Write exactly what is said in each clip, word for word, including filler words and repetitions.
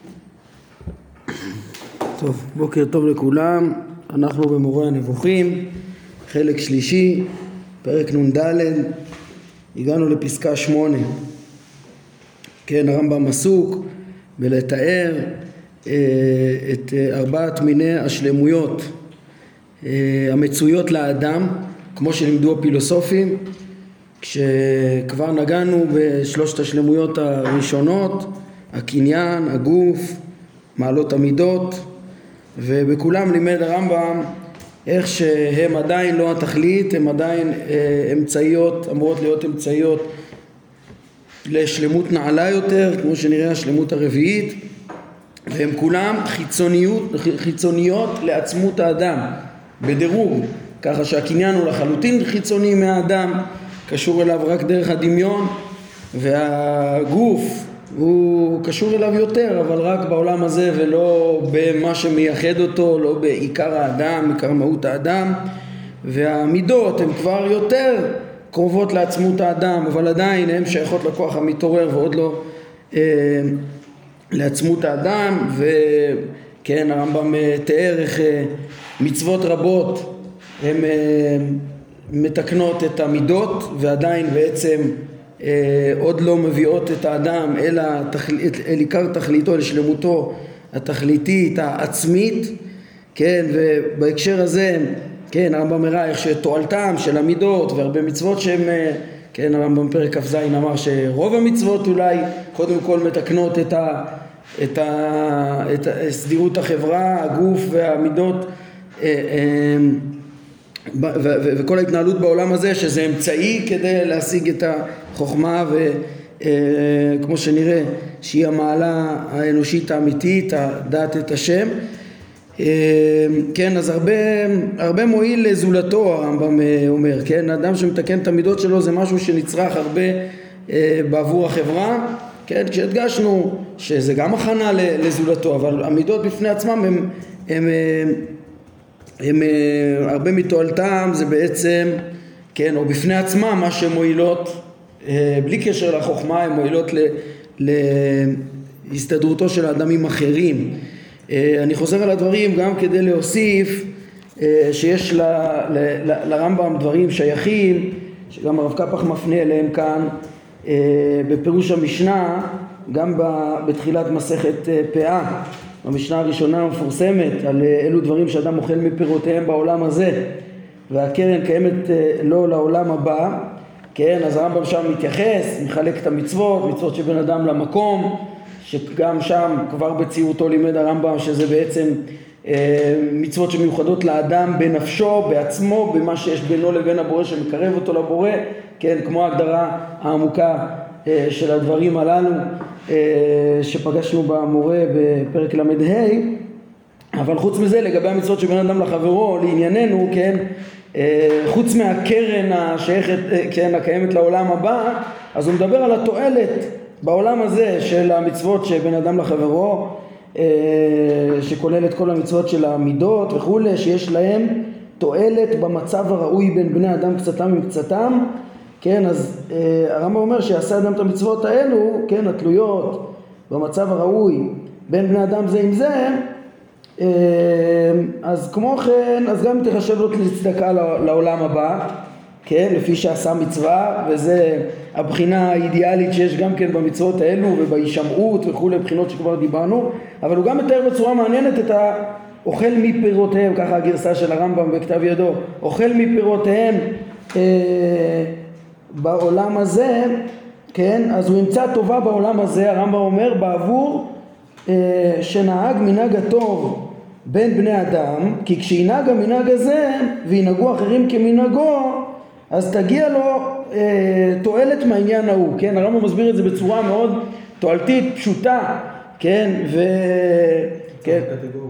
טוב, בוקר טוב לכולם. אנחנו במורה הנבוכים, חלק שלישי, פרק נ"ד. הגענו לפסקה שמונה. כן, הרמב"ם עסוק בלתאר אה, את אה, ארבעת מיני השלמויות אה, המצויות לאדם, כמו שלימדו הפילוסופים, כשכבר נגענו בשלושת השלמויות הראשונות, הקניין, הגוף, מעלות המידות, ובכולם לימד הרמב"ם איך שהם עדיין לא התכלית, הם עדיין אה, אמצעיות, אמורות להיות אמצעיות לשלמות נעלה יותר, כמו שנראה השלמות הרביעית, והם כולם חיצוניות, חיצוניות לעצמות האדם, בדירוג, ככה שהקניין הוא לחלוטין חיצוני מהאדם, קשור אליו רק דרך הדמיון, והגוף הוא קשור אליו יותר, אבל רק בעולם הזה ולא במה שמייחד אותו, לא בעיקר האדם, עיקר מהות האדם. והמידות הן כבר יותר קרובות לעצמות האדם, אבל עדיין הן שייכות לכוח המתעורר ועוד לא אה, לעצמות האדם. וכן, הרמב"ם תיאר איך אה, מצוות רבות הן אה, מתקנות את המידות, ועדיין בעצם אה, עוד לא מביאות את האדם אל, התכל... אל עיקר תכליתו, לשלמותו התכליתית העצמית. כן, ובהקשר הזה, כן, הרמב"ם הראה איך שתועלתם של המידות והרבה מצוות שהם, כן, הרמב"ם פרק כ"ז אמר שרוב המצוות אולי קודם כל מתקנות את ה... את ה... את סדירות החברה, הגוף והמידות, אה, אה, ו- ו- וכל ההתנהלות בעולם הזה, שזה אמצעי כדי להשיג את החוכמה, וכמו שנראה שהיא המעלה האנושית האמיתית, הדעת את השם. כן, אז הרבה, הרבה מועיל לזולתו, הרמב"ם אומר, כן, האדם שמתקן את המידות שלו זה משהו שנצרך הרבה בעבור החברה, כן, כשהדגשנו שזה גם הכנה לזולתו, אבל המידות בפני עצמם הם, הם הם הרבה מתועלתם זה בעצם, כן, או בפני עצמם מה שמועילות בלי קשר לחוכמה, הן מועילות להסתדרותו של האדמים אחרים. אני חוזר על הדברים גם כדי להוסיף שיש ל, ל, לרמב"ם דברים שייכים, שגם הרב קפח מפנה אליהם כאן בפירוש המשנה, גם בתחילת מסכת פאה, המשנה הראשונה המפורסמת על אלו דברים שאדם אוכל מפירותיהם בעולם הזה והקרן קיימת לו לעולם הבא. כן, אז הרמב"ם שם מתייחס, מחלק את המצוות, מצוות שבין אדם למקום, שגם שם כבר בציורתו לימד הרמב"ם שזה בעצם אה, מצוות שמיוחדות לאדם בנפשו, בעצמו, במה שיש בינו לבין הבורא שמקרב אותו לבורא, כן, כמו ההגדרה העמוקה אה, של הדברים הללו שפגשנו במורה בפרק למ"ה. אבל חוץ מזה, לגבי המצוות שבין אדם לחברו, לענייננו, כן, חוץ מהקרן השייכת, כן, הקיימת לעולם הבא, אז הוא מדבר על התועלת בעולם הזה של המצוות שבין אדם לחברו, שכולל את כל המצוות של המידות וכו', שיש להם תועלת במצב הראוי בין בני אדם קצתם עם קצתם. כן, אז אה, הרמב"ם אומר שיעשה אדם את המצוות האלו, כן, התלויות במצב הראוי בין בני אדם זה עם זה, אה, אז כמו כן, אז גם תחשב לו לצדקה לעולם הבא, כן, לפי שעשה מצווה, וזה הבחינה האידיאלית שיש גם כן במצוות האלו ובהישמעות וכו', בחינות שכבר דיברנו. אבל הוא גם מתאר בצורה מעניינת את האוכל מפירותיהם, ככה הגרסה של הרמב"ם בכתב ידו, אוכל מפירותיהם אה, בעולם הזה, כן, אז הוא ימצא טובה בעולם הזה, הרמב"ם אומר, בעבור אה, שנהג מנהג הטוב בין בני אדם, כי כשינהג המנהג הזה וינהגו אחרים כמנהגו, אז תגיע לו אה, תועלת מהעניין ההוא. כן, הרמב"ם מסביר את זה בצורה מאוד תועלתית, פשוטה, כן, ו... כן,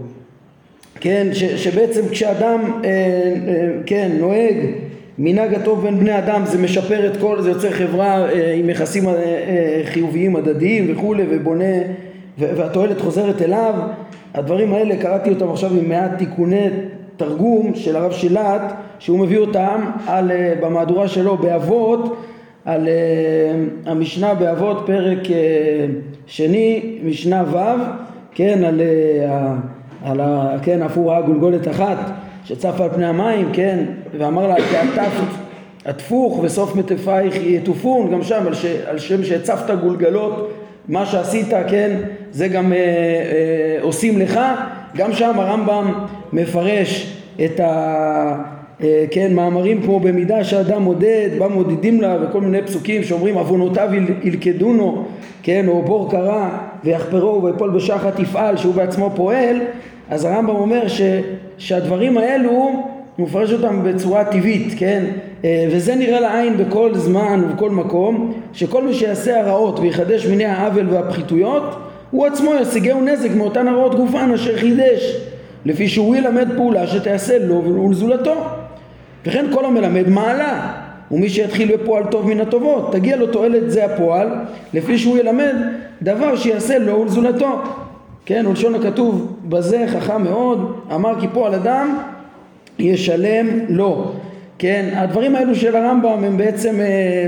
כן, ש, שבעצם כשאדם אה, אה, כן, נוהג מנהג הטוב בין בני אדם, זה משפר את כל, זה יוצר חברה אה, עם יחסים אה, אה, חיוביים הדדיים וכו', ובונה, והתועלת חוזרת אליו. הדברים האלה קראתי אותם עכשיו עם מעט תיקוני תרגום של הרב שילת, שהוא מביא אותם על, אה, במהדורה שלו באבות, על uh, המשנה באבות פרק uh, שני, משנה ו', כן, על, על, על כן, אף הוא ראה גולגולת אחת שצפה על פני המים, כן, ואמר לה, תעטף התפוך וסוף מטפייך יטופון, גם שם, על, ש, על שם שהצפת גולגלות, מה שעשית, כן, זה גם אה, אה, עושים לך. גם שם הרמב"ם מפרש את ה... אה, כן, מאמרים כמו במידה שאדם מודד, בה מודדים לה, וכל מיני פסוקים שאומרים עוונותיו ילכדונו, כן, או בור קרה ויחפרו ויפול בשחת יפעל, שהוא בעצמו פועל. אז הרמב"ם אומר ש, שהדברים האלו הוא מפרש אותם בצורה טבעית, כן, וזה נראה לעין בכל זמן ובכל מקום, שכל מי שיעשה הרעות ויחדש מיני העוול והפחיתויות, הוא עצמו ישיגהו נזק מאותן הרעות גופן אשר חידש, לפי שהוא ילמד פעולה שתעשה לו ולזולתו. וכן כל המלמד מעלה, ומי שיתחיל בפועל טוב מן הטובות, תגיע לו תועלת זה הפועל, לפי שהוא ילמד דבר שיעשה לו ולזולתו. כן, ולשון הכתוב בזה חכם מאוד, אמר כי פועל אדם ישלם לו. כן, הדברים האלו של הרמב"ם הם בעצם אה,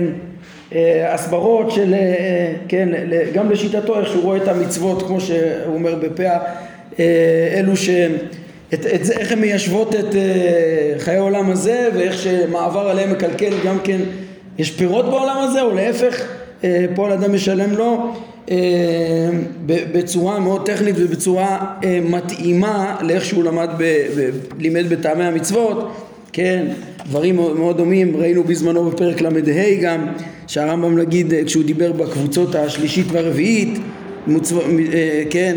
אה, הסברות של, אה, כן, גם לשיטתו איך שהוא רואה את המצוות, כמו שהוא אומר בפאה, אה, אלו ש... את, את זה, איך הן מיישבות את אה, חיי העולם הזה, ואיך שמעבר עליהם מקלקל גם כן, יש פירות בעולם הזה, או להפך, אה, פועל אדם ישלם לו, אה, בצורה מאוד טכנית ובצורה אה, מתאימה לאיך שהוא למד ב, ב, לימד בטעמי המצוות. כן, דברים מאוד דומים ראינו בזמנו בפרק למד ה' גם, שהרמב"ם נגיד כשהוא דיבר בקבוצות השלישית והרביעית, מצוות, אה, כן,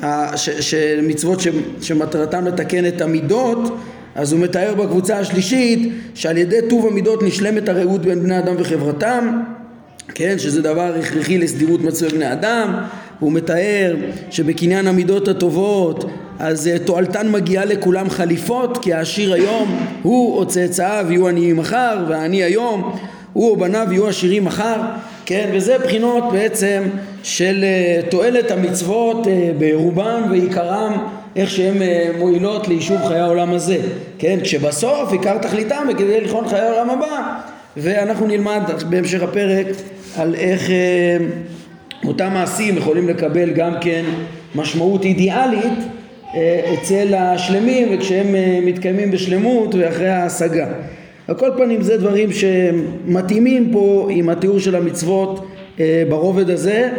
שמצוות שמטרתם לתקן את המידות, אז הוא מתאר בקבוצה השלישית שעל ידי טוב המידות נשלמת הרעות בין בני אדם וחברתם, כן, שזה דבר הכרחי לסדירות מצוות בני אדם. הוא מתאר שבקניין המידות הטובות אז תועלתן מגיעה לכולם חליפות, כי העשיר היום הוא או צאצאיו יהיו עניים מחר, והעני היום הוא או בניו יהיו עשירים מחר. כן, וזה בחינות בעצם של תועלת המצוות ברובם ועיקרם, איך שהן מועילות ליישוב חיי העולם הזה. כן, כשבסוף עיקר תכליתם כדי לכון חיי העולם הבא, ואנחנו נלמד בהמשך הפרק על איך אותם מעשים יכולים לקבל גם כן משמעות אידיאלית אצל השלמים, וכשהם מתקיימים בשלמות ואחרי ההשגה. על כל פנים זה דברים שמתאימים פה עם התיאור של המצוות ברובד הזה,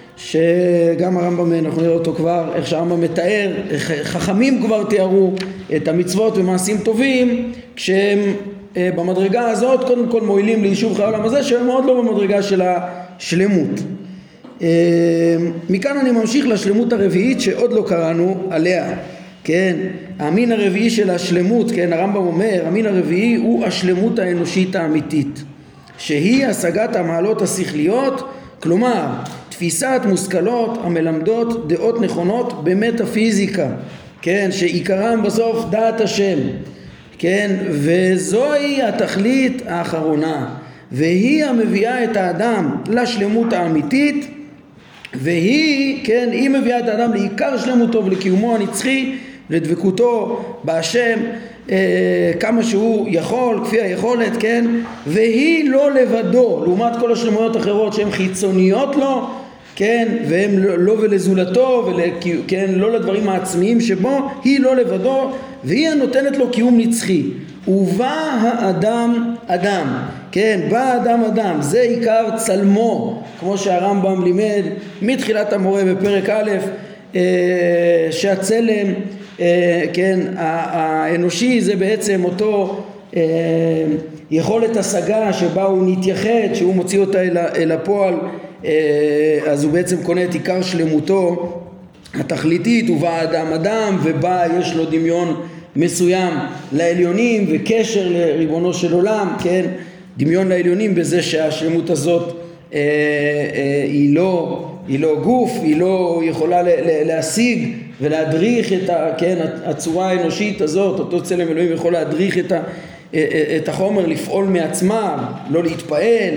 שגם הרמב"ם, אנחנו נראה אותו כבר, איך שהרמב"ם מתאר, איך חכמים כבר תיארו את המצוות ומעשים טובים, כשהם במדרגה הזאת קודם כל מועילים ליישוב חיי העולם הזה, שהם מאוד לא במדרגה של השלמות. מכאן אני ממשיך לשלמות הרביעית שעוד לא קראנו עליה. כן, המין הרביעי של השלמות, כן, הרמב"ם אומר, המין הרביעי הוא השלמות האנושית האמיתית, שהיא השגת המעלות השכליות, כלומר תפיסת מושכלות המלמדות דעות נכונות במטאפיזיקה, כן, שעיקרם בסוף דעת השם, כן, וזוהי התכלית האחרונה, והיא המביאה את האדם לשלמות האמיתית, והיא, כן, היא מביאה את האדם לעיקר שלמותו ולקיומו הנצחי, לדבקותו בהשם אה, כמה שהוא יכול, כפי היכולת, כן, והיא לא לבדו, לעומת כל השלמויות אחרות שהן חיצוניות לו, כן, והן לא, לא ולזולתו, כן, לא לדברים העצמיים שבו, היא לא לבדו, והיא הנותנת לו קיום נצחי. ובא האדם אדם, כן, בא האדם אדם, זה עיקר צלמו, כמו שהרמב"ם לימד מתחילת המורה בפרק א', אה, שהצלם, אה, כן, האנושי זה בעצם אותו אה, יכולת השגה שבה הוא נתייחד, שהוא מוציא אותה אל, אל הפועל, אה, אז הוא בעצם קונה את עיקר שלמותו התכליתית. ובא האדם אדם, ובה יש לו דמיון מסוים לעליונים וקשר לריבונו של עולם, כן, דמיון לעליונים בזה שהשלמות הזאת אה, אה, היא לא היא לא גוף, היא לא יכולה להשיג ולהדריך את ה, כן, הצורה האנושית הזאת. אותו צלם אלוהים יכול להדריך את, ה, את החומר לפעול מעצמה, לא להתפעל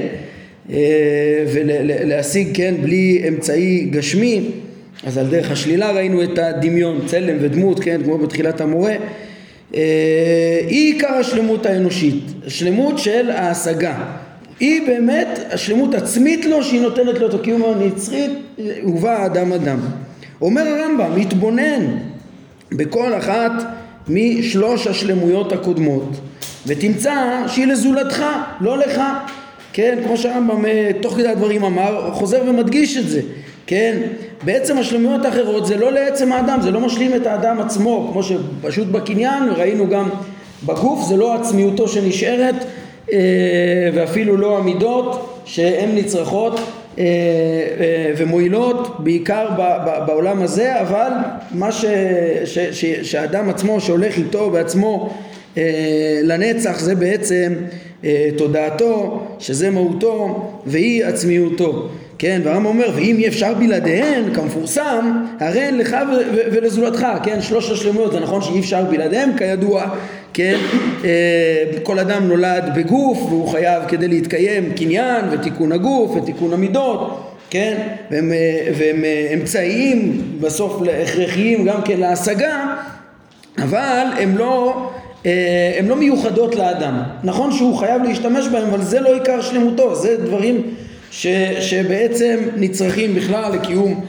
ולהשיג, כן, בלי אמצעי גשמי. אז על דרך השלילה ראינו את הדמיון, צלם ודמות, כן, כמו בתחילת המורה. היא עיקר השלמות האנושית, השלמות של ההשגה. היא באמת השלמות עצמית לו, שהיא נותנת לו את הקיום הנצחי. ובא האדם אדם. אומר הרמב"ם, מתבונן בכל אחת משלוש השלמויות הקודמות ותמצא שהיא לזולתך, לא לך, כן, כמו שהרמב"ם תוך כדי הדברים אמר, חוזר ומדגיש את זה, כן, בעצם השלמויות האחרות זה לא לעצם האדם, זה לא משלים את האדם עצמו, כמו שפשוט בקניין ראינו גם בגוף, זה לא עצמיותו שנשארת ואפילו לא המידות שהן נצרכות ומועילות בעיקר בעולם הזה, אבל מה ש, ש, ש, שהאדם עצמו שהולך איתו בעצמו לנצח זה בעצם תודעתו, שזה מהותו והיא עצמיותו, כן, והרמב"ם אומר ואם אי אפשר בלעדיהן כמפורסם הרי הן לך ו- ו- ולזולתך, כן, שלוש השלמויות, זה נכון שאי אפשר בלעדיהם כידוע, כן, כל אדם נולד בגוף והוא חייב כדי להתקיים קניין ותיקון הגוף ותיקון המידות, כן, והם, והם אמצעיים בסוף הכרחיים גם כן להשגה, אבל הם לא הם לא מיוחדות לאדם, נכון שהוא חייב להשתמש בהם, אבל זה לא עיקר שלמותו, זה דברים ש, שבעצם נצרכים בכלל לקיום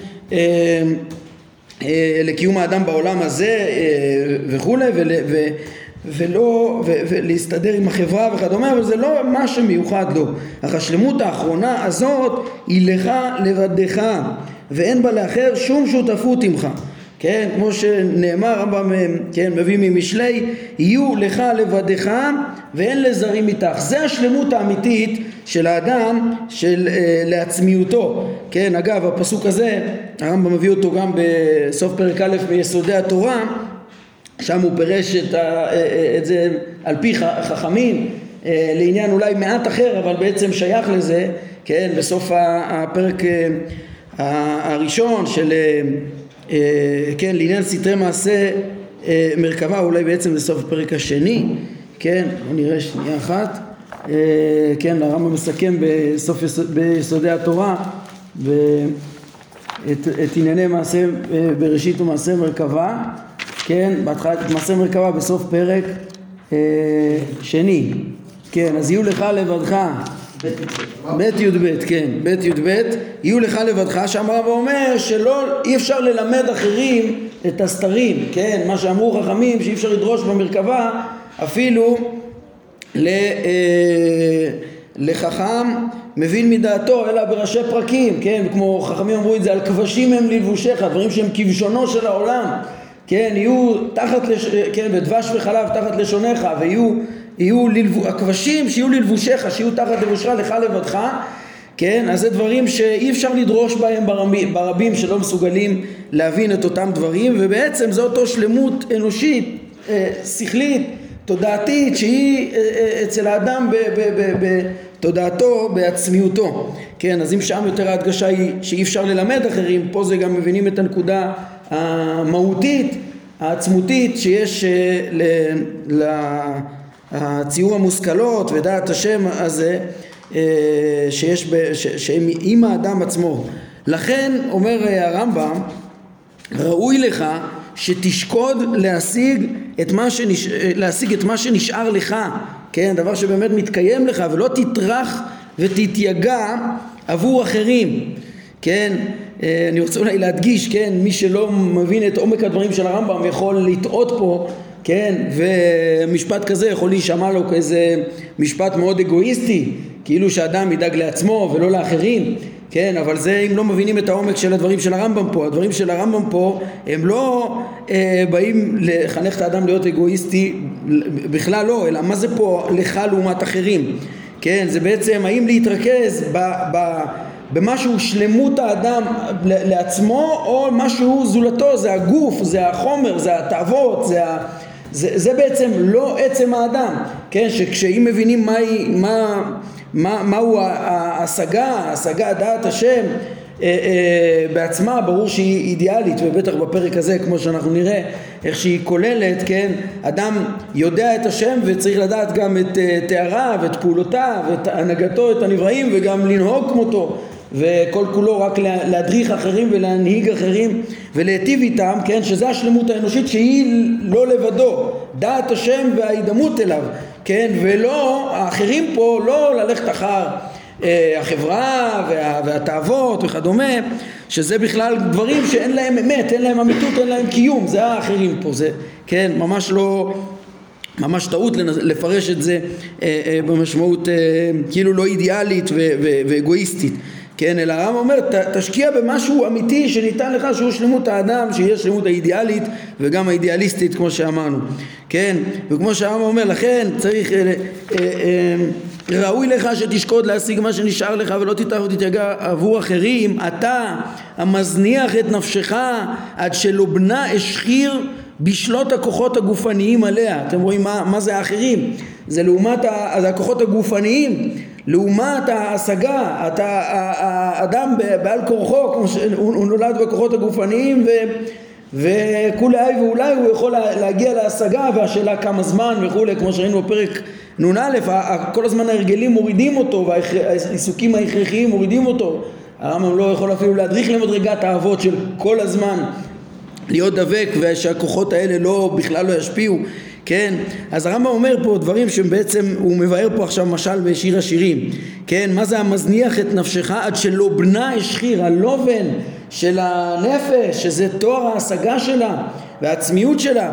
לקיום האדם בעולם הזה וכו' ול, ו, ולא, ו, ולהסתדר עם החברה וכדומה, אבל זה לא מה שמיוחד לו. אך השלמות האחרונה הזאת היא לך לבדך ואין בה לאחר שום שותפות עמך, כן, כמו שנאמר הרמב"ם, כן, מביא ממשלי, יהיו לך לבדך ואין לזרים איתך. זה השלמות האמיתית של האדם, של אה, לעצמיותו, כן. אגב, הפסוק הזה הרמב"ם מביא אותו גם בסוף פרק א' מיסודי התורה, שם הוא פירש את, ה, את זה על פי חכמים אה, לעניין אולי מעט אחר, אבל בעצם שייך לזה, כן, בסוף הפרק אה, הראשון של כן, לעניין סתרי מעשה מרכבה, אולי בעצם בסוף הפרק השני, כן, בוא נראה שנייה אחת, כן, הרמב"ם מסכם בסוף ביסודי התורה את, את ענייני מעשה בראשית ומעשה מרכבה, כן, בהתחלת מעשה מרכבה בסוף פרק שני, כן, אז יהיו לך לבדך בית י"ב, כן, בית י"ב, יהיו לך לבדך, שם הרב אומר שלא, אי אפשר ללמד אחרים את הסתרים, כן, מה שאמרו חכמים שאי אפשר לדרוש במרכבה אפילו לחכם מבין מדעתו אלא בראשי פרקים, כן, כמו חכמים אמרו את זה על כבשים הם ללבושך, דברים שהם כבשונו של העולם, כן, יהיו תחת, לש... כן, בדבש וחלב תחת לשונך, ויהיו יהיו ללבו, הכבשים שיהיו ללבושך, שיהיו תחת לבושך לך לבדך, כן, אז זה דברים שאי אפשר לדרוש בהם ברבים, ברבים שלא מסוגלים להבין את אותם דברים, ובעצם זו אותו שלמות אנושית, אה, שכלית, תודעתית, שהיא אה, אה, אצל האדם בתודעתו, בעצמיותו, כן, אז אם שם יותר ההדגשה היא שאי אפשר ללמד אחרים, פה זה גם מבינים את הנקודה המהותית, העצמותית שיש אה, ל... ל הציור המושכלות ודעת השם הזה שיש ב, ש, שהם עם האדם עצמו. לכן אומר הרמב"ם ראוי לך שתשקוד להשיג את מה שנש... להשיג את מה שנשאר לך, כן, דבר שבאמת מתקיים לך, ולא תטרח ותתייגע עבור אחרים, כן. אני רוצה אולי להדגיש, כן, מי שלא מבין את עומק הדברים של הרמב"ם יכול לטעות פה, כן, ומשפט כזה יכול להישמע לו כאיזה משפט מאוד אגואיסטי, כאילו שאדם ידאג לעצמו ולא לאחרים, כן, אבל זה אם לא מבינים את העומק של הדברים של הרמב"ם פה. הדברים של הרמב"ם פה הם לא אה, באים לחנך את האדם להיות אגואיסטי, בכלל לא, אלא מה זה פה לך לעומת אחרים, כן, זה בעצם האם להתרכז ב... ב במשהו שלמות האדם לעצמו או משהו זולתו, זה הגוף, זה החומר, זה התאוות, זה, זה, זה בעצם לא עצם האדם, כן, שכשאם מבינים מהי, מה, מה, מהו ההשגה, ההשגה דעת השם אה, אה, בעצמה, ברור שהיא אידיאלית, ובטח בפרק הזה כמו שאנחנו נראה איך שהיא כוללת, כן, אדם יודע את השם וצריך לדעת גם את אה, תאריו ואת פעולותיו ואת הנהגתו את הנבראים וגם לנהוג כמותו, וכל כולו רק להדריך אחרים ולהנהיג אחרים ולהיטיב איתם, כן, שזה השלמות האנושית שהיא לא לבדו, דעת השם וההידמות אליו, כן, ולא, האחרים פה לא ללכת אחר החברה וה, והתאוות וכדומה, שזה בכלל דברים שאין להם אמת, אין להם אמיתות, אין להם קיום, זה האחרים פה, זה, כן, ממש לא, ממש טעות לפרש את זה אה, אה, במשמעות אה, כאילו לא אידיאלית ו, ו, ואגואיסטית, כן, אלא הרמב"ם אומר, ת, תשקיע במשהו אמיתי שניתן לך, שהוא שלמות האדם, שיהיה שלמות האידיאלית וגם האידיאליסטית כמו שאמרנו, כן, וכמו שהרמב"ם אומר, לכן צריך, אה, אה, אה, ראוי לך שתשקוד להשיג מה שנשאר לך ולא תתאר ותתייגע עבור אחרים, אתה המזניח את נפשך עד שלובנה אשחיר בשלות הכוחות הגופניים עליה. אתם רואים מה, מה זה האחרים? זה לעומת הכוחות הגופניים, לעומת ההשגה, אתה, האדם בעל כורחו, כמו שהוא נולד בכוחות הגופניים ו, וכולי ואולי הוא יכול להגיע להשגה, והשאלה כמה זמן וכולי, כמו שראינו בפרק נ"א, כל הזמן ההרגלים מורידים אותו והעיסוקים ההכרחיים מורידים אותו. הרמב"ם לא יכול אפילו להדריך למדרגת האבות של כל הזמן להיות דבק ושהכוחות האלה לא, בכלל לא ישפיעו, כן? אז הרמב"ם אומר פה דברים שבעצם הוא מבאר פה עכשיו משל בשיר השירים, כן? מה זה המזניח את נפשך עד שלא בנה אשחיר, הלובן של הנפש, שזה תואר ההשגה שלה והעצמיות שלה,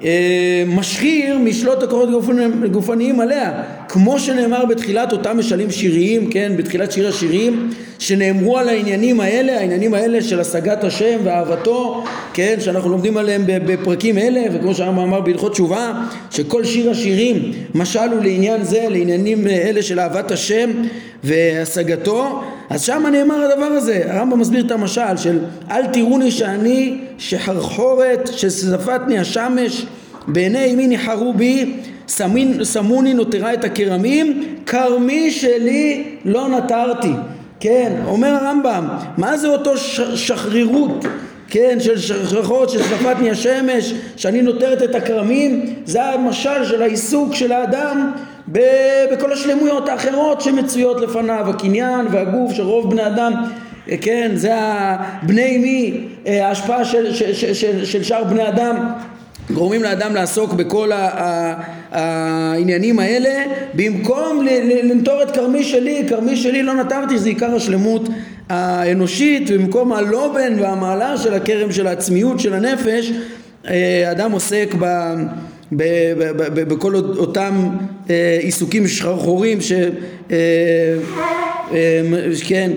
משחיר משלות הכוחות גופניים עליה, כמו שנאמר בתחילת אותם משלים שיריים, כן, בתחילת שיר השירים שנאמרו על העניינים האלה, העניינים האלה של השגת השם ואהבתו, כן, שאנחנו לומדים עליהם בפרקים אלה, וכמו שהרמב"ם אמר בהלכות תשובה, שכל שיר השירים משל הוא לעניין זה, לעניינים אלה של אהבת השם והשגתו. אז שם נאמר הדבר הזה, הרמב"ם מסביר את המשל של אל תראוני שאני שחרחורת ששפתני השמש בעיני ימי ניחרו בי, שמוני נותרה את הכרמים, כרמי שלי לא נטרתי. כן, אומר הרמב"ם, מה זה אותו שחרירות, כן, של שחרחורת ששפתני השמש, שאני נותרת את הכרמים? זה המשל של העיסוק של האדם בכל השלמויות האחרות שמצויות לפניו, הקניין והגוף של רוב בני אדם, כן, זה בני מי, ההשפעה של, של, של, של, של שאר בני אדם גורמים לאדם לעסוק בכל העניינים האלה, במקום לנטור את כרמי שלי, כרמי שלי לא נטרתי, זה עיקר השלמות האנושית, ובמקום הלובן והמעלה של הכרם של העצמיות של הנפש, אדם עוסק ב... בכל אותם עיסוקים שחרחורים ש כן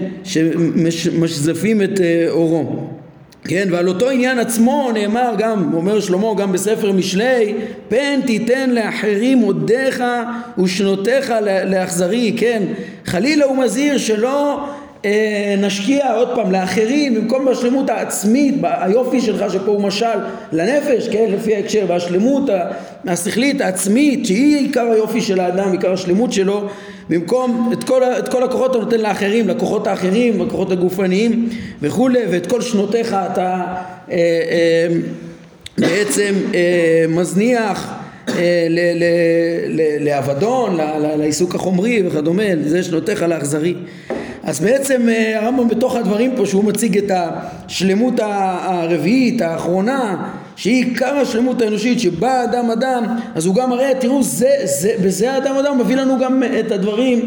שמשזפים את אורו, כן, ועל אותו עניין עצמו נאמר גם, אומר שלמה גם בספר משלי, פן תיתן לאחרים עודיך ושנותיך לאכזרי, כן, חלילה הוא מזהיר שלא נשקיע עוד פעם לאחרים במקום בשלמות העצמית, היופי שלך שפה הוא משל לנפש, כן, לפי ההקשר, והשלמות השכלית העצמית שהיא עיקר היופי של האדם, עיקר השלמות שלו, במקום את כל, את כל הכוחות אתה נותן לאחרים, לכוחות האחרים, לכוחות הגופניים וכו', ואת כל שנותיך אתה אה, אה, בעצם אה, מזניח אה, ל, ל, ל, לעבדון, ל, ל, לעיסוק החומרי וכדומה, זה שנותיך לאכזרי. אז בעצם הרמב"ם בתוך הדברים פה שהוא מציג את השלמות הרביעית האחרונה שהיא עיקר השלמות האנושית שבה אדם אדם, אז הוא גם מראה, תראו, זה, זה, בזה אדם אדם מביא לנו גם את הדברים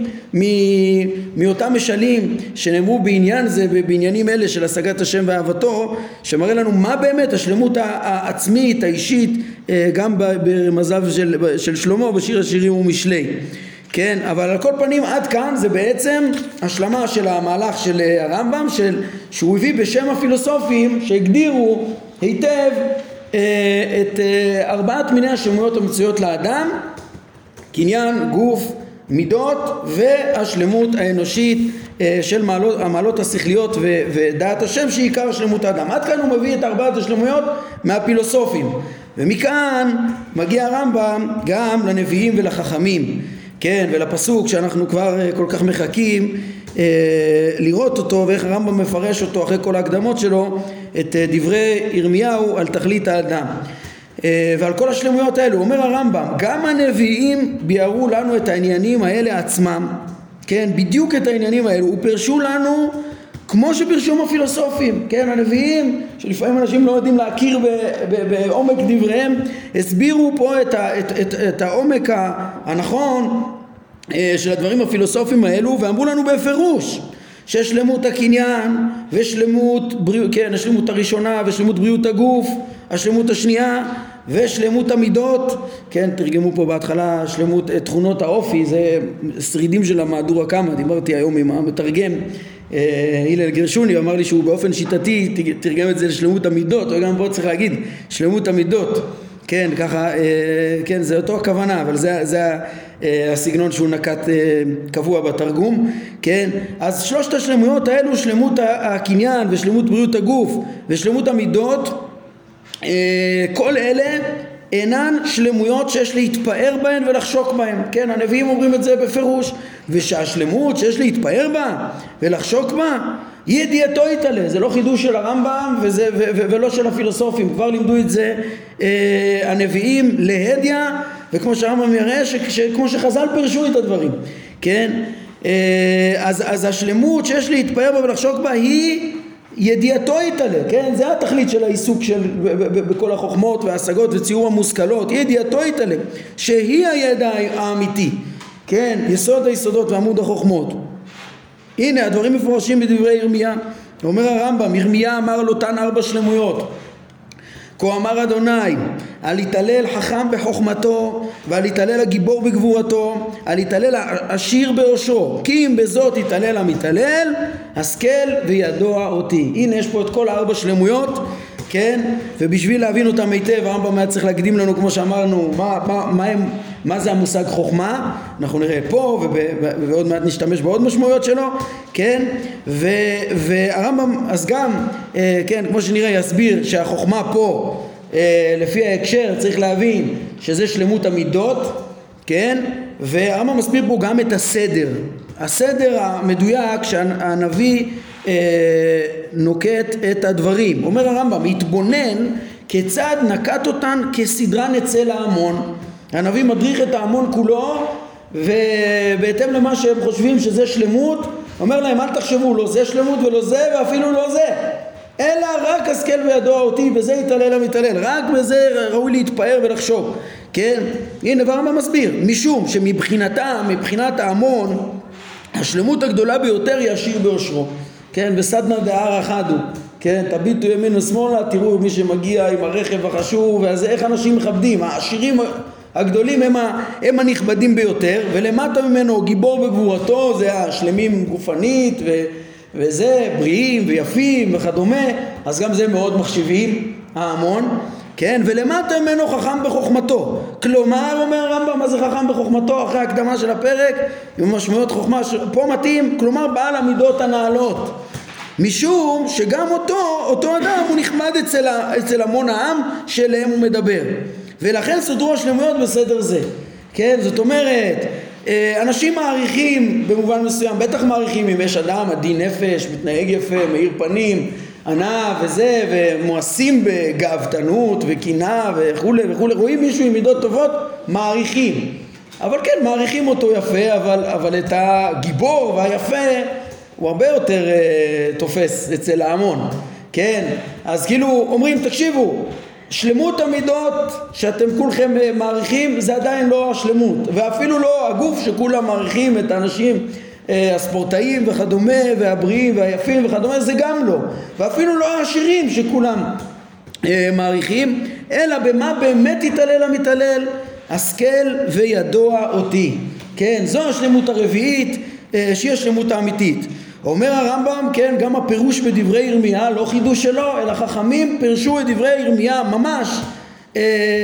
מאותם משלים שנאמרו בעניין זה, בעניינים אלה של השגת השם ואהבתו, שמראה לנו מה באמת השלמות העצמית האישית גם ברמזיו של, של שלמה בשיר השירים ומשלי, כן, אבל על כל פנים עד כאן זה בעצם השלמה של המהלך של הרמב"ם, של, שהוא הביא בשם הפילוסופים שהגדירו היטב אה, את אה, ארבעת מיני השלמויות המצויות לאדם, קניין, גוף, מידות והשלמות האנושית אה, של מעלות, המעלות השכליות ו, ודעת השם שהיא עיקר שלמות האדם. עד כאן הוא מביא את ארבעת השלמויות מהפילוסופים, ומכאן מגיע הרמב"ם גם לנביאים ולחכמים, כן, ולפסוק שאנחנו כבר כל כך מחכים אה, לראות אותו, ואיך הרמב"ם מפרש אותו אחרי כל ההקדמות שלו, את אה, דברי ירמיהו על תכלית האדם אה, ועל כל השלמויות האלו. אומר הרמב"ם, גם הנביאים ביארו לנו את העניינים האלה עצמם, כן, בדיוק את העניינים האלו, ופרשו לנו כמו שפרשום הפילוסופים, כן, הנביאים שלפעמים אנשים לא יודעים להכיר בעומק דבריהם, הסבירו פה את, ה, את, את, את העומק הנכון של הדברים הפילוסופיים האלו, ואמרו לנו בפירוש ששלמות הקניין ושלמות בריאות, כן, השלמות הראשונה ושלמות בריאות הגוף, השלמות השנייה ושלמות המידות, כן, תרגמו פה בהתחלה שלמות תכונות האופי, זה שרידים של המהדורה קמא, דיברתי היום עם המתרגם הלל גרשוני, אמר לי שהוא באופן שיטתי תרגם את זה לשלמות המידות, וגם פה צריך להגיד שלמות המידות, כן, ככה, כן, זה אותו הכוונה, אבל זה, זה הסגנון שהוא נקט קבוע בתרגום, כן, אז שלושת השלמויות האלו, שלמות הקניין ושלמות בריאות הגוף ושלמות המידות, כל אלה אינן שלמויות שיש להתפאר בהן ולחשוק בהן, כן, הנביאים אומרים את זה בפירוש, ושהשלמות שיש להתפאר בה ולחשוק בה ידיעתו יתעלה, זה לא חידוש של הרמב"ם וזה, ו- ו- ולא של הפילוסופים, כבר לימדו את זה אה, הנביאים להדיא, וכמו שהרמב"ם יראה, ש- ש- כמו שחז"ל פרשו את הדברים, כן, אה, אז, אז השלמות שיש להתפאר בה ולחשוק בה היא ידיעתו יתעלה, כן, זה התכלית של העיסוק של ב- ב- ב- בכל החוכמות וההשגות וציור המושכלות, ידיעתו יתעלה, שהיא הידע האמיתי, כן, יסוד היסודות ועמוד החוכמות. הנה הדברים מפורשים בדברי ירמיה, אומר הרמב"ם, ירמיה אמר על אותן ארבע שלמויות, כה אמר אדוני, על יתהלל חכם בחוכמתו ועל יתהלל הגיבור בגבורתו, על יתהלל עשיר בעושרו, כי אם בזאת יתהלל המתהלל, השכל וידוע אותי. הנה יש פה את כל הארבע שלמויות, כן, ובשביל להבין אותם היטב הרמב"ם היה צריך להקדים לנו, כמו שאמרנו, מה, מה, מה, הם, מה זה המושג חוכמה, אנחנו נראה פה וב, ועוד מעט נשתמש בעוד משמעויות שלו, כן, ו, והרמב"ם אז גם, כן, כמו שנראה יסביר שהחוכמה פה לפי ההקשר צריך להבין שזה שלמות המידות, כן, והרמב"ם מסביר פה גם את הסדר, הסדר המדויק שהנביא אה, נוקט את הדברים. אומר הרמב"ם, התבונן כיצד נקט אותן כסדרן אצל ההמון. הנביא מדריך את ההמון כולו, ובהתאם למה שהם חושבים שזה שלמות, אומר להם אל תחשבו לא זה שלמות ולא זה ואפילו לא זה, אלא רק השכל וידוע אותי, בזה יתהלל המתהלל, רק בזה ראוי להתפאר ולחשוב, כן? הנה הרמב"ם מסביר, משום שמבחינתם, מבחינת ההמון, השלמות הגדולה ביותר היא עשיר בעושרו, כן? וסדנא דארעא חד הוא, כן? תביטו ימין ושמאלה, תראו מי שמגיע עם הרכב החשוב, ואז איך אנשים מכבדים, העשירים הגדולים הם, הם הנכבדים ביותר, ולמטה ממנו גיבור בגבורתו, זה השלמים גופנית ו... וזה בריאים ויפים וכדומה, אז גם זה מאוד מחשיבים ההמון, כן, ולמטה ממנו חכם בחוכמתו. כלומר, אומר הרמב"ם, מה זה חכם בחוכמתו? אחרי ההקדמה של הפרק, עם משמעויות חוכמה, פה מתאים, כלומר בעל המידות הנעלות, משום שגם אותו, אותו אדם הוא נחמד אצל, אצל המון העם שלהם הוא מדבר, ולכן סודרו השלמויות בסדר זה, כן, זאת אומרת, אנשים מעריכים במובן מסוים, בטח מעריכים אם יש אדם עדין נפש, מתנהג יפה, מאיר פנים, ענה וזה, ומואסים בגאוותנות וקינה וכו' וכו', רואים מישהו עם מידות טובות, מעריכים, אבל כן, מעריכים אותו יפה, אבל, אבל את הגיבור והיפה הוא הרבה יותר uh, תופס אצל ההמון, כן, אז כאילו אומרים, תקשיבו, שלמות המידות שאתם כולכם מעריכים זה עדיין לא השלמות, ואפילו לא הגוף שכולם מעריכים, את האנשים הספורטאים וכדומה והבריאים והיפים וכדומה, זה גם לא, ואפילו לא העשירים שכולם מעריכים, אלא במה באמת יתהלל המתהלל, השכל וידוע אותי, כן, זו השלמות הרביעית שהיא השלמות האמיתית. אומר הרמב"ם, כן, גם הפירוש בדברי ירמיה, לא חידוש שלו, אלא חכמים פירשו את דברי ירמיה ממש אה,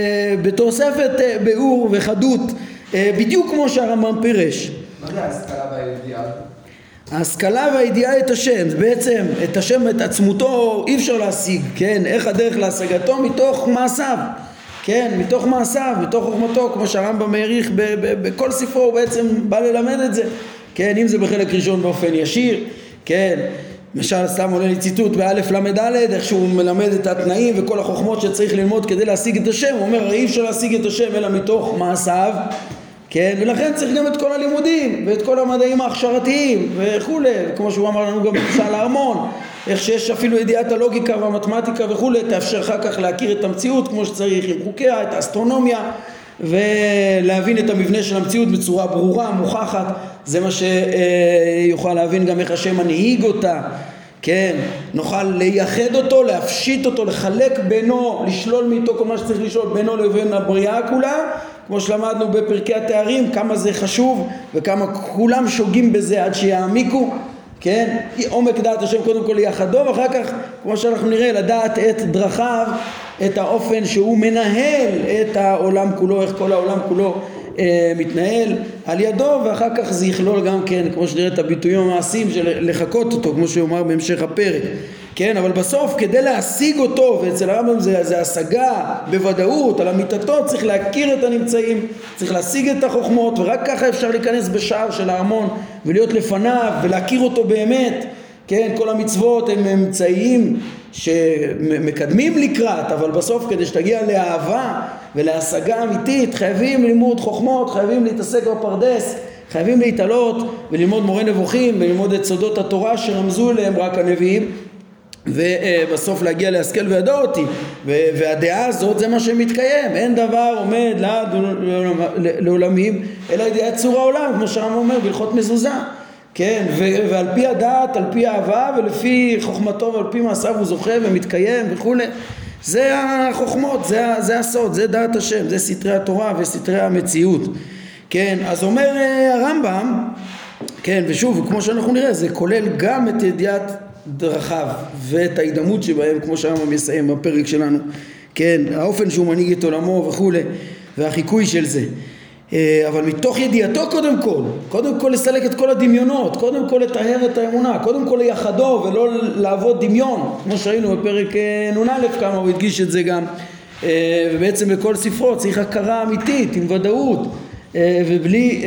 בתוספת אה, באור וחדות, אה, בדיוק כמו שהרמב"ם פירש. מה זה ההשכלה והידיעה? ההשכלה והידיעה את השם, בעצם את השם ואת עצמותו אי אפשר להשיג, כן, איך הדרך להשגתו? מתוך מעשיו, כן, מתוך מעשיו, מתוך חוכמתו, כמו שהרמב"ם העריך בכל ספרו, הוא בעצם בא ללמד את זה, כן, אם זה בחלק ראשון באופן ישיר, כן, למשל סתם עולה לי ציטוט באלף למד ד' איך שהוא מלמד את התנאים וכל החוכמות שצריך ללמוד כדי להשיג את השם, הוא אומר אי אפשר להשיג את השם אלא מתוך מעשיו, כן, ולכן צריך גם את כל הלימודים ואת כל המדעים ההכשרתיים וכו', כמו שהוא אמר לנו גם במשל הארמון, איך שיש אפילו ידיעת הלוגיקה והמתמטיקה וכו', תאפשר אחר כך להכיר את המציאות כמו שצריך עם חוקיה, את האסטרונומיה ולהבין את המבנה של המציאות בצורה ברורה, מוכחת. זה מה שיוכל להבין גם איך השם מנהיג אותה, כן, נוכל לייחד אותו, להפשיט אותו, לחלק בינו, לשלול מאיתו כל מה שצריך לשלול בינו לבין הבריאה כולה, כמו שלמדנו בפרקי התארים, כמה זה חשוב וכמה כולם שוגים בזה עד שיעמיקו, כן, עומק דעת השם קודם כל לייחדו, ואחר כך כמו שאנחנו נראה לדעת את דרכיו, את האופן שהוא מנהל את העולם כולו, איך כל העולם כולו אה, מתנהל על ידו, ואחר כך זה יכלול גם כן, כמו שנראה את הביטויים המעשיים של לחכות אותו, כמו שאומר בהמשך הפרק, כן, אבל בסוף כדי להשיג אותו, ואצל הרמב"ם זה, זה השגה בוודאות על אמיתתו, צריך להכיר את הנמצאים, צריך להשיג את החוכמות, ורק ככה אפשר להיכנס בשער של הארמון ולהיות לפניו ולהכיר אותו באמת. כן, כל המצוות הם אמצעיים שמקדמים לקראת, אבל בסוף כדי שתגיע לאהבה ולהשגה אמיתית חייבים לימוד חוכמות, חייבים להתעסק בפרדס, חייבים להתעלות וללמוד מורה נבוכים וללמוד את סודות התורה שרמזו אליהם רק הנביאים, ובסוף להגיע להשכל וידע אותי, והדעה הזאת זה מה שמתקיים, אין דבר עומד לעד לעולמים אלא ידיעת צור העולם, כמו שהרמב"ם אומר בהלכות מזוזה, כן, ו- ועל פי הדעת, על פי האהבה ולפי חוכמתו ועל פי מעשיו הוא זוכה ומתקיים וכו'. זה החוכמות, זה, זה הסוד, זה דעת השם, זה סתרי התורה וסתרי המציאות. כן, אז אומר הרמב"ם, כן, ושוב כמו שאנחנו נראה זה כולל גם את ידיעת דרכיו ואת ההידמות שבהם, כמו שהרמב"ם מסיים בפרק שלנו, כן, האופן שהוא מנהיג את עולמו וכו', והחיקוי של זה. אבל מתוך ידיעתו קודם כל, קודם כל לסלק את כל הדמיונות, קודם כל לטהר את האמונה, קודם כל ליחדו ולא לעבוד דמיון, כמו שראינו בפרק נ"א כמה הוא הדגיש את זה גם, ובעצם לכל ספרו צריך הכרה אמיתית עם ודאות, ובלי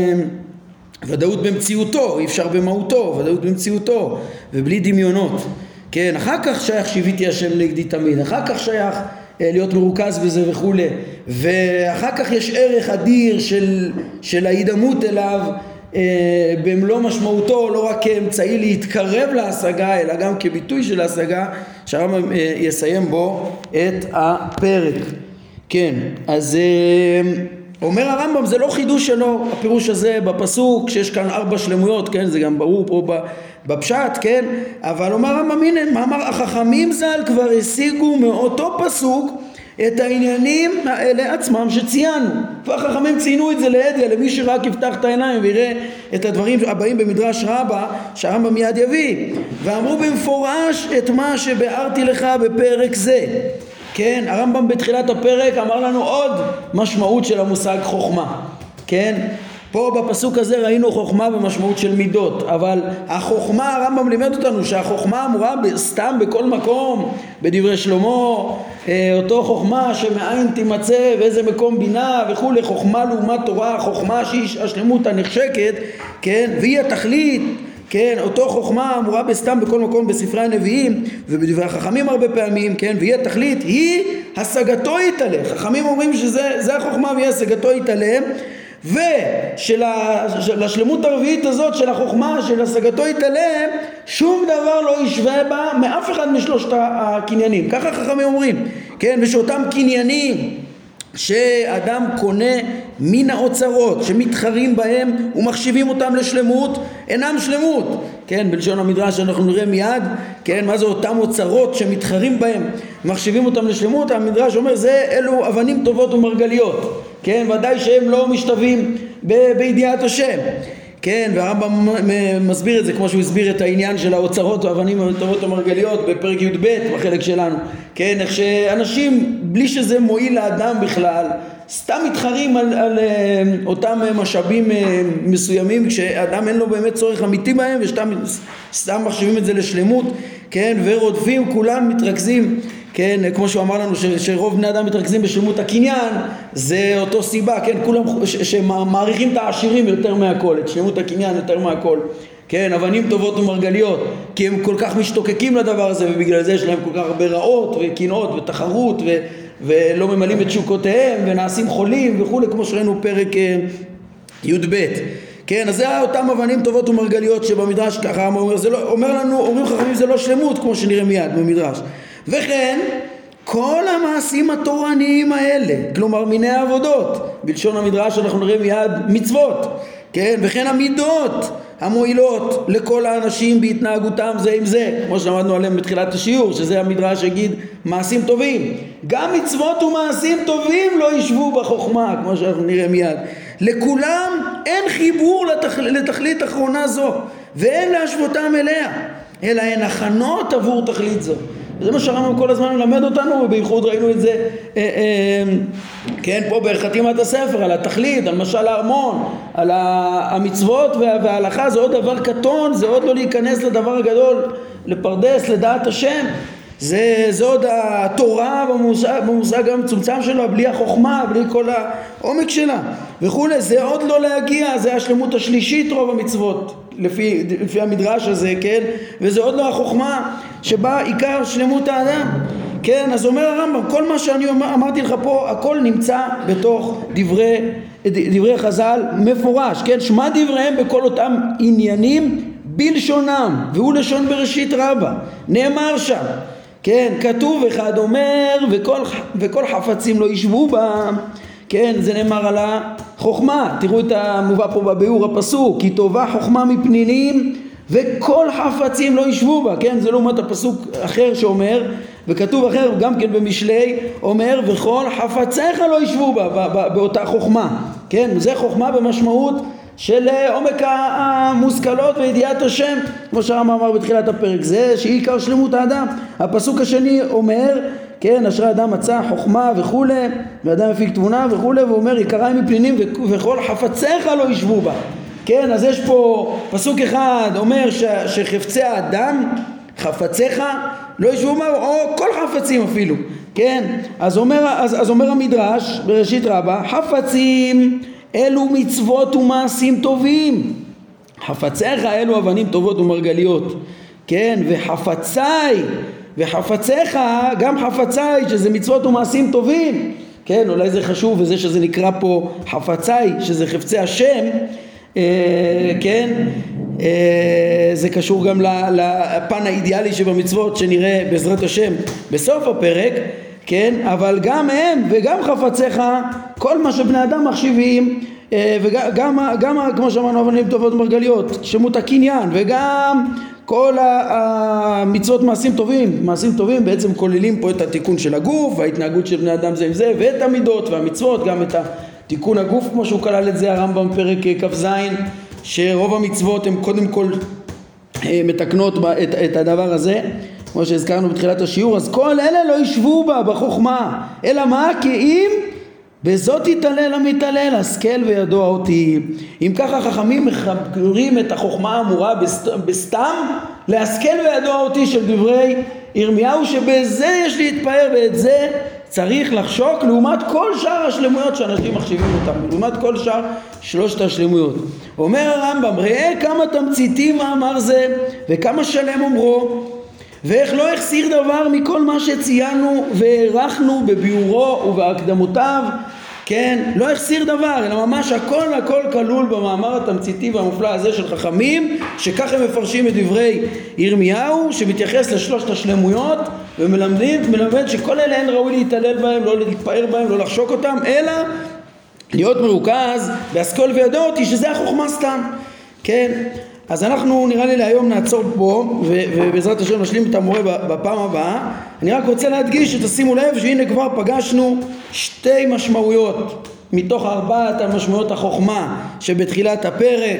ודאות במציאותו, אי אפשר במהותו, ודאות במציאותו, ובלי דמיונות, כן, אחר כך שייך שיביתי השם נגדי תמיד, אחר כך שייך להיות מרוכז בזה וכו', ואחר כך יש ערך אדיר של, של ההידמות אליו אה, במלוא משמעותו, לא רק כאמצעי להתקרב להשגה אלא גם כביטוי של ההשגה, שהרמב"ם אה, יסיים בו את הפרק. כן, אז אה, אומר הרמב"ם זה לא חידוש שלו הפירוש הזה בפסוק שיש כאן ארבע שלמויות, כן, זה גם ברור פה בפשט, כן, אבל אומר הרמב"ם הנה מאמר החכמים ז"ל כבר השיגו מאותו פסוק את העניינים האלה עצמם שציינו, והחכמים ציינו את זה להדיא למי שרק יפתח את העיניים ויראה את הדברים הבאים במדרש רבה שהרמב"ם מיד יביא, ואמרו במפורש את מה שביארתי לך בפרק זה. כן, הרמב"ם בתחילת הפרק אמר לנו עוד משמעות של המושג חוכמה, כן, פה בפסוק הזה ראינו חוכמה במשמעות של מידות, אבל החוכמה, הרמב"ם לימד אותנו שהחוכמה אמורה סתם בכל מקום, בדברי שלמה, אותו חוכמה שמאין תימצא ואיזה מקום בינה וכו', חוכמה לעומת תורה, חוכמה שהיא השלמות הנחשקת, כן, והיא התכלית, כן, אותו חוכמה אמורה בסתם בכל מקום בספרי הנביאים ובדברי החכמים הרבה פעמים, כן, והיא התכלית, היא השגתו יתעלה. חכמים אומרים שזה החוכמה והיא השגתו יתעלה, ושלשלמות הרביעית הזאת של החוכמה של השגתו יתעלה שום דבר לא ישווה בה מאף אחד משלושת הקניינים, ככה חכמים אומרים, כן, ושאותם קניינים שאדם קונה מן האוצרות שמתחרים בהם ומחשיבים אותם לשלמות אינם שלמות, כן, בלשון המדרש אנחנו נראה מיד, כן, מה זה אותם אוצרות שמתחרים בהם מחשיבים אותם לשלמות, המדרש אומר זה אלו אבנים טובות ומרגליות, כן, ודאי שהם לא משתווים ב- בידיעת השם, כן, והרמב"ם מסביר את זה כמו שהוא הסביר את העניין של האוצרות והאבנים הטובות המרגליות בפרק י"ב בחלק שלנו, כן, איך שאנשים בלי שזה מועיל לאדם בכלל סתם מתחרים על, על uh, אותם משאבים uh, מסוימים כשאדם אין לו באמת צורך אמיתי בהם וסתם סתם מחשיבים את זה לשלמות, כן, ורודפים כולם מתרכזים, כן, כמו שהוא אמר לנו ש, שרוב בני אדם מתרכזים בשלמות הקניין, זה אותו סיבה, כן, כולם ש, שמעריכים את העשירים יותר מהכל, את שלמות הקניין יותר מהכל, כן, אבנים טובות ומרגליות, כי הם כל כך משתוקקים לדבר הזה ובגלל זה יש להם כל כך הרבה רעות וקנאות ותחרות ו, ולא ממלאים את שוקותיהם ונעשים חולים וכו', כמו שראינו פרק י"ב. כן, אז זה אותם אבנים טובות ומרגליות שבמדרש ככה אומר, זה לא, אומר לנו, אומרים חכמים זה לא שלמות כמו שנראה מיד במדרש. וכן כל המעשים התורניים האלה, כלומר מיני העבודות, בלשון המדרש אנחנו נראה מיד מצוות, כן? וכן המידות המועילות לכל האנשים בהתנהגותם זה עם זה, כמו שלמדנו עליהם בתחילת השיעור, שזה המדרש יגיד מעשים טובים. גם מצוות ומעשים טובים לא ישבו בחוכמה, כמו שאנחנו נראה מיד. לכולם אין חיבור לתכל... לתכלית אחרונה זו, ואין להשוותם אליה, אלא הן הכנות עבור תכלית זו. זה מה שהרמב"ם כל הזמן מלמד אותנו, ובייחוד ראינו את זה אה, אה, כן, פה בחתימת הספר, על התכלית, על משל הארמון, על המצוות וההלכה. זה עוד דבר קטון, זה עוד לא להיכנס לדבר הגדול, לפרדס, לדעת השם. זה, זה עוד התורה במושג, במושג המצומצם שלה, בלי החוכמה, בלי כל העומק שלה וכו'. זה עוד לא להגיע, זה השלמות השלישית רוב המצוות לפי, לפי המדרש הזה, כן? וזה עוד לא החוכמה שבה עיקר שלמות האדם, כן? אז אומר הרמב"ם, כל מה שאני אומר, אמרתי לך פה, הכל נמצא בתוך דברי, דברי חז"ל מפורש, כן? שמע דבריהם בכל אותם עניינים בלשונם, והוא לשון בראשית רבה, נאמר שם, כן, כתוב אחד אומר וכל, וכל חפצים לא ישבו בה, כן, זה נאמר על החוכמה. תראו את המובא פה בביאור הפסוק, כי טובה חוכמה מפנינים וכל חפצים לא ישבו בה, כן, זה לעומת הפסוק אחר שאומר, וכתוב אחר גם כן במשלי, אומר וכל חפציך לא ישבו בה, באותה חוכמה, כן, זה חוכמה במשמעות של עומק המושכלות וידיעת השם, כמו שהרמב"ם אמר בתחילת הפרק, זה שעיקר שלמות האדם. הפסוק השני אומר, כן, אשרי אדם מצא חוכמה וכו', ואדם יפיק תבונה וכו', ואומר יקריים מפנינים וכל חפציך לא ישבו בה, כן. אז יש פה פסוק אחד אומר ש, שחפצי האדם, חפציך לא ישבו בה, או כל חפצים אפילו, כן. אז אומר, אז, אז אומר המדרש בראשית רבה, חפצים אלו מצוות ומעשים טובים, חפציך אלו אבנים טובות ומרגליות, כן. וחפצי וחפציך גם חפצי שזה מצוות ומעשים טובים, כן. אולי זה חשוב, וזה שזה נקרא פה חפצי שזה חפצי השם, אה, כן, אה, זה קשור גם לפן האידיאלי שבמצוות שנראה בעזרת השם בסוף הפרק, כן. אבל גם הם וגם חפציך, כל מה שבני אדם מחשיבים, וגם גם כמו שאמרנו אבנים טובות מרגליות, שמות הקניין, וגם כל המצוות מעשים טובים. מעשים טובים בעצם כוללים פה את התיקון של הגוף וההתנהגות של בני אדם זה עם זה, ואת המידות והמצוות, גם את תיקון הגוף כמו שהוא כלל את זה הרמב"ם פרק כ"ז, שרוב המצוות הן קודם כל מתקנות את, את הדבר הזה כמו שהזכרנו בתחילת השיעור. אז כל אלה לא ישבו בה בחוכמה, אלא מה? כי אם בזאת יתעלל המתעלל, השכל וידוע אותי. אם ככה חכמים מחברים את החוכמה האמורה בסת, בסתם להשכל וידוע אותי של דברי ירמיהו, שבזה יש להתפאר ואת זה צריך לחשוק לעומת כל שאר השלמויות שאנשים מחשיבים אותם, לעומת כל שאר שלושת השלמויות. אומר הרמב"ם, ראה כמה תמציתי מאמר זה וכמה שלם אומרו, ואיך לא החסיר דבר מכל מה שציינו והערכנו בביאורו ובהקדמותיו, כן, לא החסיר דבר, אלא ממש הכל הכל כלול במאמר התמציתי והמופלא הזה של חכמים, שככה הם מפרשים את דברי ירמיהו שמתייחס לשלושת השלמויות, ומלמדים, מלמד שכל אלה אין ראוי להתעלל בהם, לא להתפאר בהם, לא לחשוק אותם, אלא להיות מרוכז בהשכל וידוע אותי, שזה החוכמה סתם, כן. אז אנחנו נראה לי להיום נעצור פה, ובעזרת השם נשלים את המורה בפעם הבאה. אני רק רוצה להדגיש שתשימו לב שהנה כבר פגשנו שתי משמעויות מתוך ארבעת המשמעויות החוכמה שבתחילת הפרק,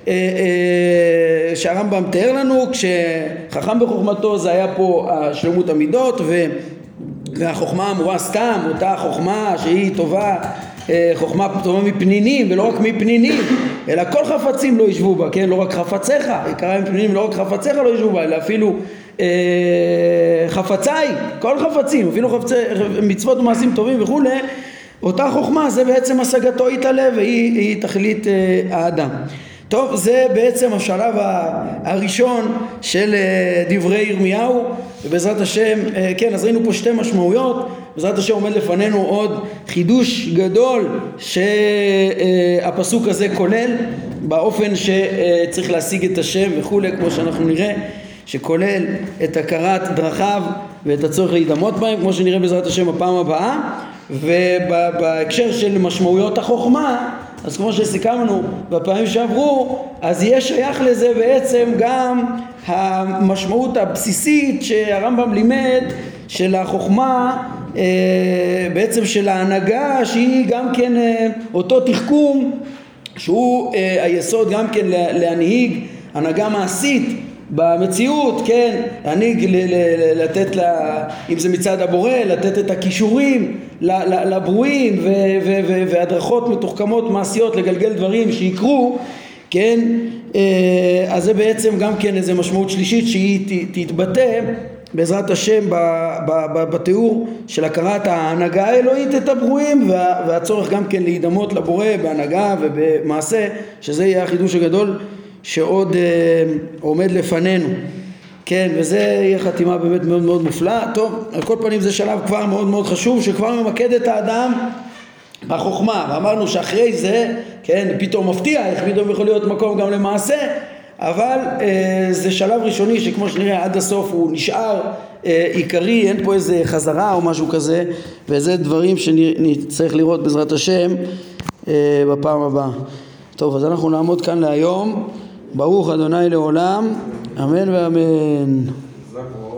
שהרמב"ם תאר לנו, כשחכם בחוכמתו זה היה פה שלמות המידות, והחוכמה אמורה סתם, אותה חוכמה שהיא טובה, חוכמה טובה מפנינים, ולא רק מפנינים, אלא כל חפצים לא ישבו בה, כן? לא רק חפציך, עיקרה מפנינים, לא רק חפציך לא ישבו בה, אלא אפילו אה, חפצי, כל חפצים, אפילו חפצי, מצוות ומעשים טובים וכו'. אותה חוכמה זה בעצם השגתו יתעלה, והיא היא תכלית אה, האדם. טוב, זה בעצם השלב הראשון של דברי ירמיהו, ובעזרת השם, כן, אז ראינו פה שתי משמעויות, בעזרת השם עומד לפנינו עוד חידוש גדול שהפסוק הזה כולל, באופן שצריך להשיג את השם וכו', כמו שאנחנו נראה, שכולל את הכרת דרכיו ואת הצורך להידמות בהם, כמו שנראה בעזרת השם בפעם הבאה. ובהקשר של משמעויות החוכמה, אז כמו שסיכמנו בפעמים שעברו, אז יש שייך לזה בעצם גם המשמעות הבסיסית שהרמב"ם לימד של החוכמה, בעצם של ההנהגה, שהיא גם כן אותו תחכום שהוא היסוד גם כן להנהיג הנהגה מעשית במציאות, כן, להנהיג, לתת לה, אם זה מצד הבורא, לתת את הכישורים לברואים והדרכות מתוחכמות מעשיות לגלגל דברים שיקרו, כן, אז זה בעצם גם כן איזו משמעות שלישית שהיא תתבטא בעזרת השם בתיאור של הכרת ההנהגה האלוהית את הברואים והצורך גם כן להידמות לבורא בהנהגה ובמעשה, שזה יהיה החידוש הגדול שעוד עומד לפנינו. כן, וזה יהיה חתימה באמת מאוד מאוד מופלאה. טוב, על כל פנים זה שלב כבר מאוד מאוד חשוב שכבר ממקד את האדם בחוכמה, ואמרנו שאחרי זה, כן, פתאום מפתיע איך פתאום יכול להיות מקום גם למעשה, אבל אה, זה שלב ראשוני שכמו שנראה עד הסוף הוא נשאר אה, עיקרי, אין פה איזה חזרה או משהו כזה, וזה דברים שנצטרך לראות בעזרת השם אה, בפעם הבאה. טוב, אז אנחנו נעמוד כאן להיום. ברוך אדוני לעולם, אמן ואמן.